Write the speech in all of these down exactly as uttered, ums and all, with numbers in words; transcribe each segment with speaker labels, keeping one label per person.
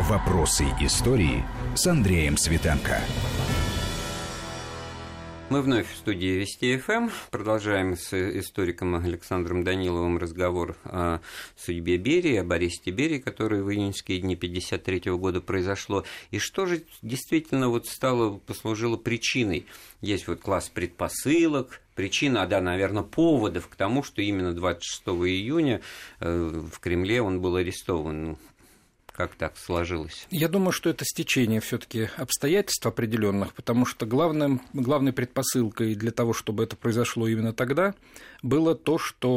Speaker 1: Вопросы истории с Андреем Светенко.
Speaker 2: Мы вновь в студии Вести ФМ. Продолжаем с историком Александром Даниловым разговор о судьбе Берии, о Борисе Берии, который в июньские дни пятьдесят третьего года произошло. И что же действительно вот стало, послужило причиной? Есть вот класс предпосылок, причина, да, наверное, поводов к тому, что именно двадцать шестого июня в Кремле он был арестован. Как так сложилось?
Speaker 3: Я думаю, что это стечение все-таки обстоятельств определенных, потому что главным, главной предпосылкой для того, чтобы это произошло именно тогда, было то,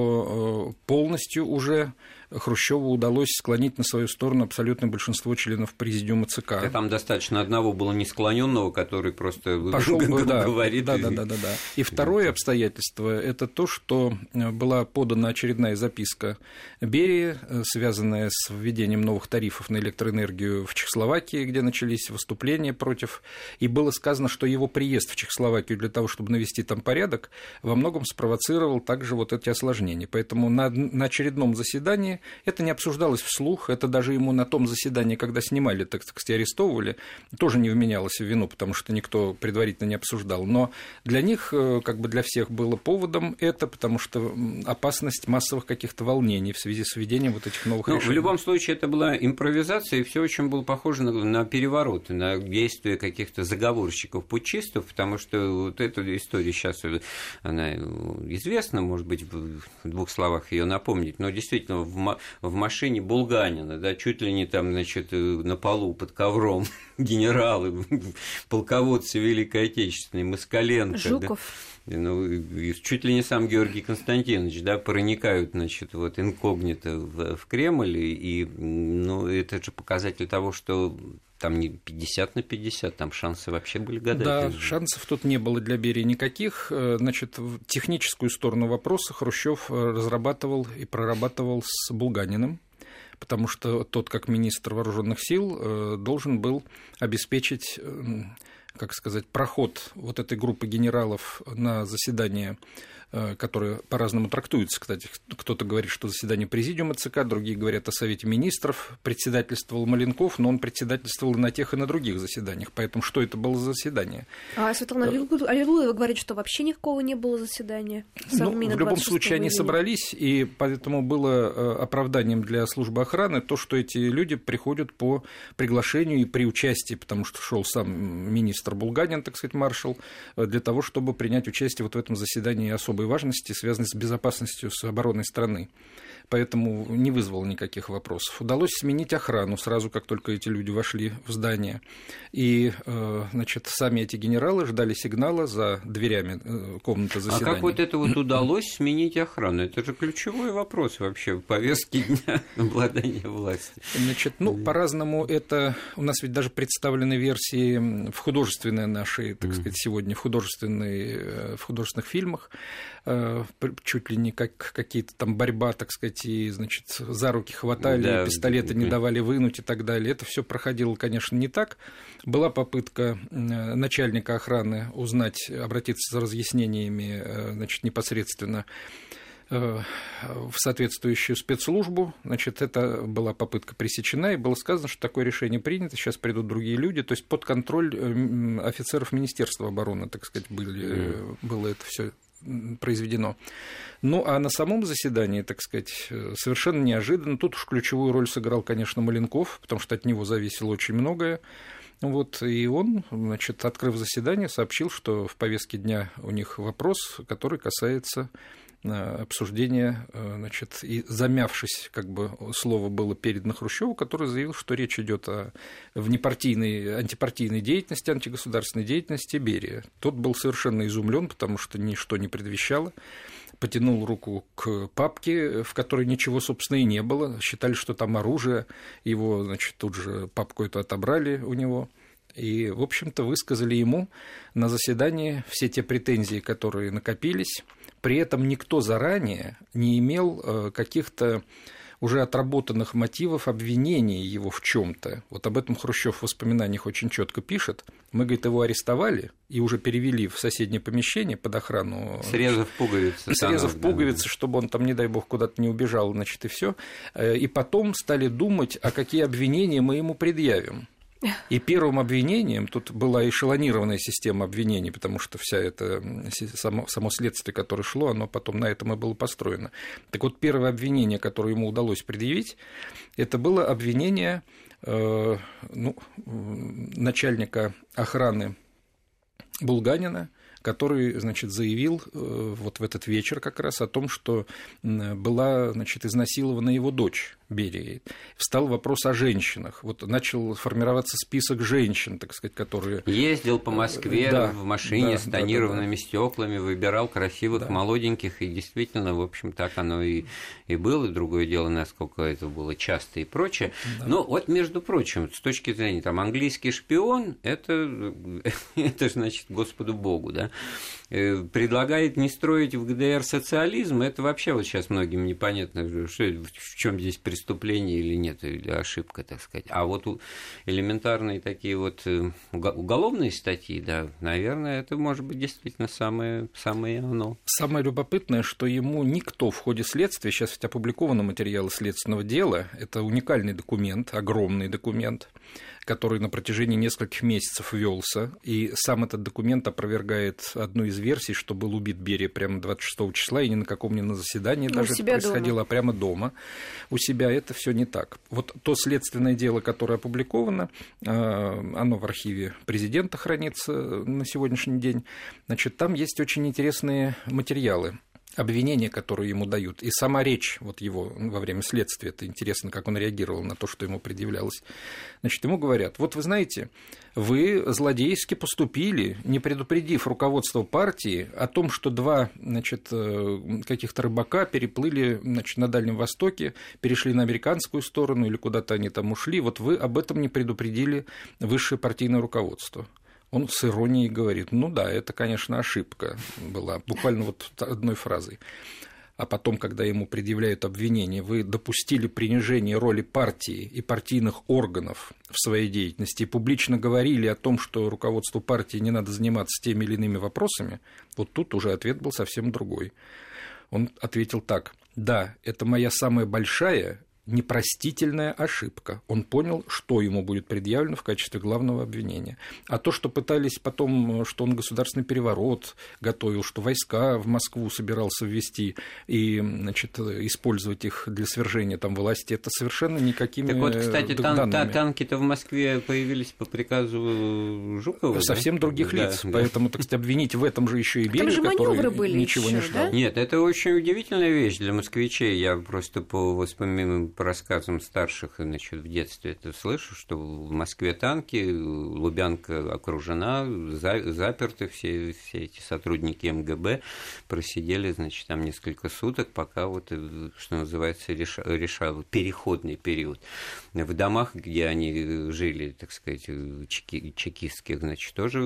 Speaker 3: что полностью уже Хрущеву удалось склонить на свою сторону абсолютное большинство членов президиума ЦК.
Speaker 2: Да, там достаточно одного было несклоненного, который просто
Speaker 3: Пошел бы, да,
Speaker 2: говорит.
Speaker 3: Да, да, да, да, да. И второе обстоятельство – это то, что была подана очередная записка Берии, связанная с введением новых тарифов на электроэнергию в Чехословакии, где начались выступления против, и было сказано, что его приезд в Чехословакию для того, чтобы навести там порядок, во многом спровоцировал также вот эти осложнения. Поэтому на, на очередном заседании это не обсуждалось вслух, это даже ему на том заседании, когда снимали, так сказать, арестовывали, тоже не вменялось в вину, потому что никто предварительно не обсуждал. Но для них, как бы для всех было поводом это, потому что опасность массовых каких-то волнений в связи с введением вот этих новых
Speaker 2: ну,
Speaker 3: решений.
Speaker 2: В любом случае, это была импровизация, и все очень было похоже на, на переворот, на действия каких-то заговорщиков, путчистов, потому что вот эта история сейчас, она известна, может быть, в двух словах ее напомнить, но действительно в в машине Булганина, да, чуть ли не там, значит, на полу под ковром генералы, полководцы Великой Отечественной, Москаленко.
Speaker 4: Жуков.
Speaker 2: Да, ну, чуть ли не сам Георгий Константинович, да, проникают, значит, вот инкогнито в, в Кремль, и, ну, это же показатель того, что там не пятьдесят на пятьдесят, там шансы вообще были гадательные.
Speaker 3: Да, шансов тут не было для Берии никаких. Значит, техническую сторону вопроса Хрущев разрабатывал и прорабатывал с Булганиным, потому что тот, как министр вооруженных сил, должен был обеспечить, как сказать, проход вот этой группы генералов на заседание, которые по-разному трактуются, кстати. Кто-то говорит, что заседание президиума ЦК, другие говорят о Совете министров. Председательствовал Маленков, но он председательствовал и на тех, и на других заседаниях. Поэтому что это было за заседание?
Speaker 4: А Светлана Аллилуева говорит, что вообще никакого не было заседания.
Speaker 3: Ну, в любом случае они собрались, и поэтому было оправданием для службы охраны то, что эти люди приходят по приглашению и при участии, потому что шел сам министр Булганин, так сказать, маршал, для того, чтобы принять участие вот в этом заседании особо важности, связанной с безопасностью, с обороной страны. Поэтому не вызвало никаких вопросов. Удалось сменить охрану сразу, как только эти люди вошли в здание. И, значит, сами эти генералы ждали сигнала за дверями комнаты заседания.
Speaker 2: А как вот это вот удалось сменить охрану? Это же ключевой вопрос вообще в повестке дня обладания властью.
Speaker 3: Значит, ну, по-разному это... У нас ведь даже представлены версии в художественной нашей, так сказать, сегодня, в, художественной, в художественных фильмах, чуть ли не как какие-то там борьба, так сказать, и, значит, за руки хватали, да, пистолеты не давали вынуть и так далее. Это все проходило, конечно, не так. Была попытка начальника охраны узнать, обратиться за разъяснениями, значит, непосредственно в соответствующую спецслужбу. Значит, это была попытка пресечена, и было сказано, что такое решение принято, сейчас придут другие люди, то есть под контроль офицеров Министерства обороны, так сказать, были, mm. было это все произведено. Ну, а на самом заседании, так сказать, совершенно неожиданно, тут уж ключевую роль сыграл, конечно, Маленков, потому что от него зависело очень многое. Вот, и он, значит, открыв заседание, сообщил, что в повестке дня у них вопрос, который касается обсуждения, значит, и замявшись, как бы слово было передано Хрущеву, который заявил, что речь идет о внепартийной, антипартийной деятельности, антигосударственной деятельности Берии. Тот был совершенно изумлен, потому что ничто не предвещало. Потянул руку к папке, в которой ничего, собственно, и не было. Считали, что там оружие. Его, значит, тут же папку эту отобрали у него. И, в общем-то, высказали ему на заседании все те претензии, которые накопились. При этом никто заранее не имел каких-то уже отработанных мотивов обвинения его в чем-то. Вот об этом Хрущев в воспоминаниях очень четко пишет. Мы, говорит, его арестовали и уже перевели в соседнее помещение под охрану.
Speaker 2: Срезав пуговицы.
Speaker 3: Срезав пуговицы, да, чтобы он там, не дай бог, куда-то не убежал, значит, и все. И потом стали думать, а какие обвинения мы ему предъявим. И первым обвинением, тут была эшелонированная система обвинений, потому что вся это само, само следствие, которое шло, оно потом на этом и было построено. Так вот, первое обвинение, которое ему удалось предъявить, это было обвинение э, ну, начальника охраны Булганина, который, значит, заявил вот в этот вечер как раз о том, что была, значит, изнасилована его дочь Берии. Встал вопрос о женщинах. Вот начал формироваться список женщин, так сказать, которые...
Speaker 2: Ездил по Москве, да, в машине, да, с тонированными, да, да, да, стеклами, выбирал красивых, да, молоденьких, и действительно, в общем, так оно и, и было. Другое дело, насколько это было часто и прочее. Да. Но вот, между прочим, с точки зрения, там, английский шпион, это, это значит, Господу Богу, да, предлагает не строить в ГДР социализм, это вообще вот сейчас многим непонятно, что, в чем здесь преступление или нет, или ошибка, так сказать. А вот элементарные такие вот уголовные статьи, да, наверное, это может быть действительно самое, самое оно.
Speaker 3: Самое любопытное, что ему никто в ходе следствия, сейчас ведь опубликованы материалы следственного дела, это уникальный документ, огромный документ, который на протяжении нескольких месяцев велся, и сам этот документ опровергает одну из версий, что был убит Берия прямо двадцать шестого числа, и ни на каком ни на заседании ну, даже это происходило, дома. а прямо дома у себя. Это все не так. Вот то следственное дело, которое опубликовано, оно в архиве президента хранится на сегодняшний день, значит, там есть очень интересные материалы. Обвинения, которые ему дают, и сама речь вот его во время следствия, это интересно, как он реагировал на то, что ему предъявлялось. Значит, ему говорят, вот вы знаете, вы злодейски поступили, не предупредив руководство партии о том, что два, значит, каких-то рыбака переплыли, значит, на Дальнем Востоке, перешли на американскую сторону или куда-то они там ушли, вот вы об этом не предупредили высшее партийное руководство. Он с иронией говорит, ну да, это, конечно, ошибка была, буквально вот одной фразой. А потом, когда ему предъявляют обвинение, вы допустили принижение роли партии и партийных органов в своей деятельности и публично говорили о том, что руководству партии не надо заниматься теми или иными вопросами, вот тут уже ответ был совсем другой. Он ответил так, да, это моя самая большая непростительная ошибка. Он понял, что ему будет предъявлено в качестве главного обвинения. А то, что пытались потом, что он государственный переворот готовил, что войска в Москву собирался ввести и, значит, использовать их для свержения там власти, это совершенно никакими
Speaker 2: данными. Так вот, кстати, тан-
Speaker 3: данными.
Speaker 2: танки-то в Москве появились по приказу Жукова,
Speaker 3: совсем да? других
Speaker 2: да,
Speaker 3: лиц,
Speaker 2: да.
Speaker 3: Поэтому, так сказать, обвинить в этом же еще и Берию, который
Speaker 4: были
Speaker 3: ничего
Speaker 4: еще,
Speaker 3: не ждал.
Speaker 4: Да?
Speaker 2: Нет, это очень удивительная вещь для москвичей. Я просто по воспоминаниям, по рассказам старших, значит, в детстве это слышу, что в Москве танки, Лубянка окружена, за, заперты все, все эти сотрудники МГБ, просидели, значит, там несколько суток, пока вот, что называется, решал, решал переходный период. В домах, где они жили, так сказать, чеки, чекистских, значит, тоже,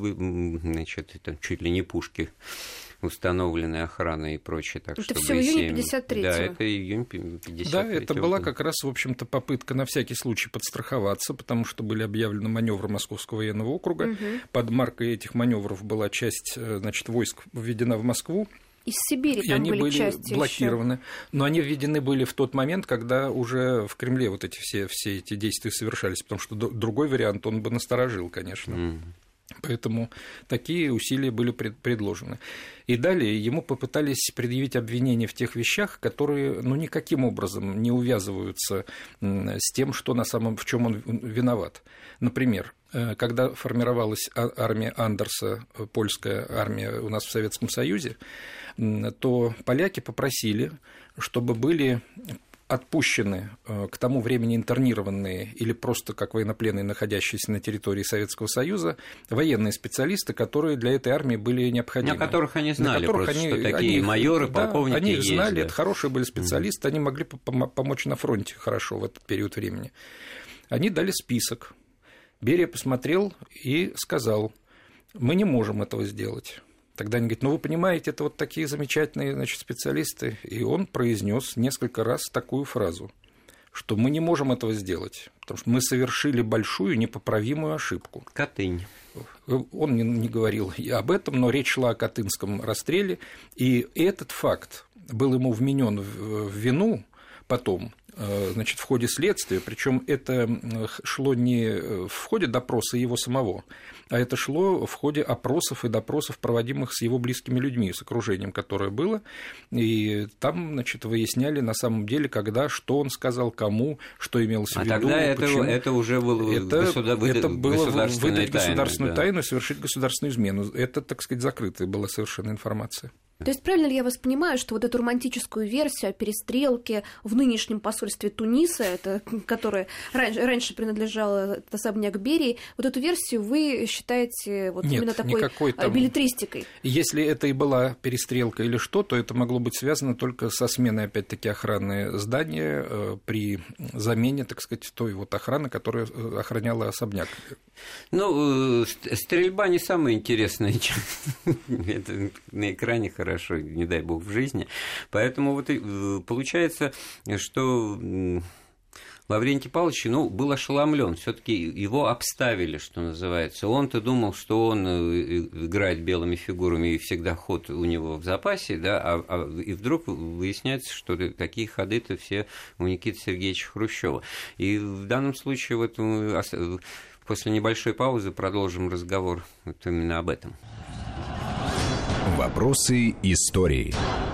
Speaker 2: значит, там чуть ли не пушки установленная охрана и прочее. Так,
Speaker 4: это все в июне пятьдесят третьего.
Speaker 2: Да, это июнь пятьдесят третьего.
Speaker 3: Да, это была как раз, в общем-то, попытка на всякий случай подстраховаться, потому что были объявлены маневры Московского военного округа. Угу. Под маркой этих маневров была часть, значит, войск введена в Москву.
Speaker 4: Из Сибири
Speaker 3: и
Speaker 4: там
Speaker 3: они
Speaker 4: были,
Speaker 3: были
Speaker 4: части
Speaker 3: блокированы.
Speaker 4: Еще.
Speaker 3: Но они введены были в тот момент, когда уже в Кремле вот эти все, все эти действия совершались, потому что другой вариант он бы насторожил, конечно. Mm. Поэтому такие усилия были предложены. И далее ему попытались предъявить обвинения в тех вещах, которые ну, никаким образом не увязываются с тем, что на самом, в чем он виноват. Например, когда формировалась армия Андерса, польская армия у нас в Советском Союзе, то поляки попросили, чтобы были отпущены к тому времени интернированные или просто как военнопленные, находящиеся на территории Советского Союза, военные специалисты, которые для этой армии были необходимы.
Speaker 2: На которых они знали,
Speaker 3: которых
Speaker 2: просто,
Speaker 3: они,
Speaker 2: что такие
Speaker 3: они,
Speaker 2: майоры,
Speaker 3: да,
Speaker 2: полковники
Speaker 3: они их
Speaker 2: есть,
Speaker 3: знали,
Speaker 2: да.
Speaker 3: Это хорошие были специалисты, mm-hmm. они могли помочь на фронте хорошо в этот период времени. Они дали список. Берия посмотрел и сказал, мы не можем этого сделать. Тогда они говорят, ну, вы понимаете, это вот такие замечательные, значит, специалисты. И он произнес несколько раз такую фразу, что мы не можем этого сделать, потому что мы совершили большую непоправимую ошибку.
Speaker 2: Катынь.
Speaker 3: Он не, не говорил об этом, но речь шла о Катынском расстреле, и этот факт был ему вменен в вину потом, значит, в ходе следствия, причем это шло не в ходе допроса его самого, а это шло в ходе опросов и допросов, проводимых с его близкими людьми, с окружением, которое было, и там, значит, выясняли на самом деле, когда, что он сказал, кому, что имелось в виду.
Speaker 2: А тогда это, это уже было,
Speaker 3: это,
Speaker 2: государ...
Speaker 3: это было выдать
Speaker 2: тайной,
Speaker 3: государственную
Speaker 2: да.
Speaker 3: тайну и совершить государственную измену. Это, так сказать, закрытая была совершенно информация.
Speaker 4: То есть правильно ли я вас понимаю, что вот эту романтическую версию о перестрелке в нынешнем посольстве Туниса, это, которое раньше, раньше принадлежало этот особняк Берии, вот эту версию вы считаете вот
Speaker 3: Нет,
Speaker 4: именно такой
Speaker 3: там...
Speaker 4: беллетристикой?
Speaker 3: Если это и была перестрелка или что, то это могло быть связано только со сменой, опять-таки, охраны здания при замене, так сказать, той вот охраны, которая охраняла особняк.
Speaker 2: Ну, стрельба не самая интересная, это на экране хорошо. Хорошо, не дай бог, в жизни. Поэтому вот получается, что Лаврентий Павлович, ну, был ошеломлен. Все-таки его обставили, что называется. Он-то думал, что он играет белыми фигурами и всегда ход у него в запасе, да, а, а, и вдруг выясняется, что такие ходы-то все у Никиты Сергеевича Хрущева. И в данном случае вот мы после небольшой паузы продолжим разговор вот именно об этом.
Speaker 1: Вопросы истории.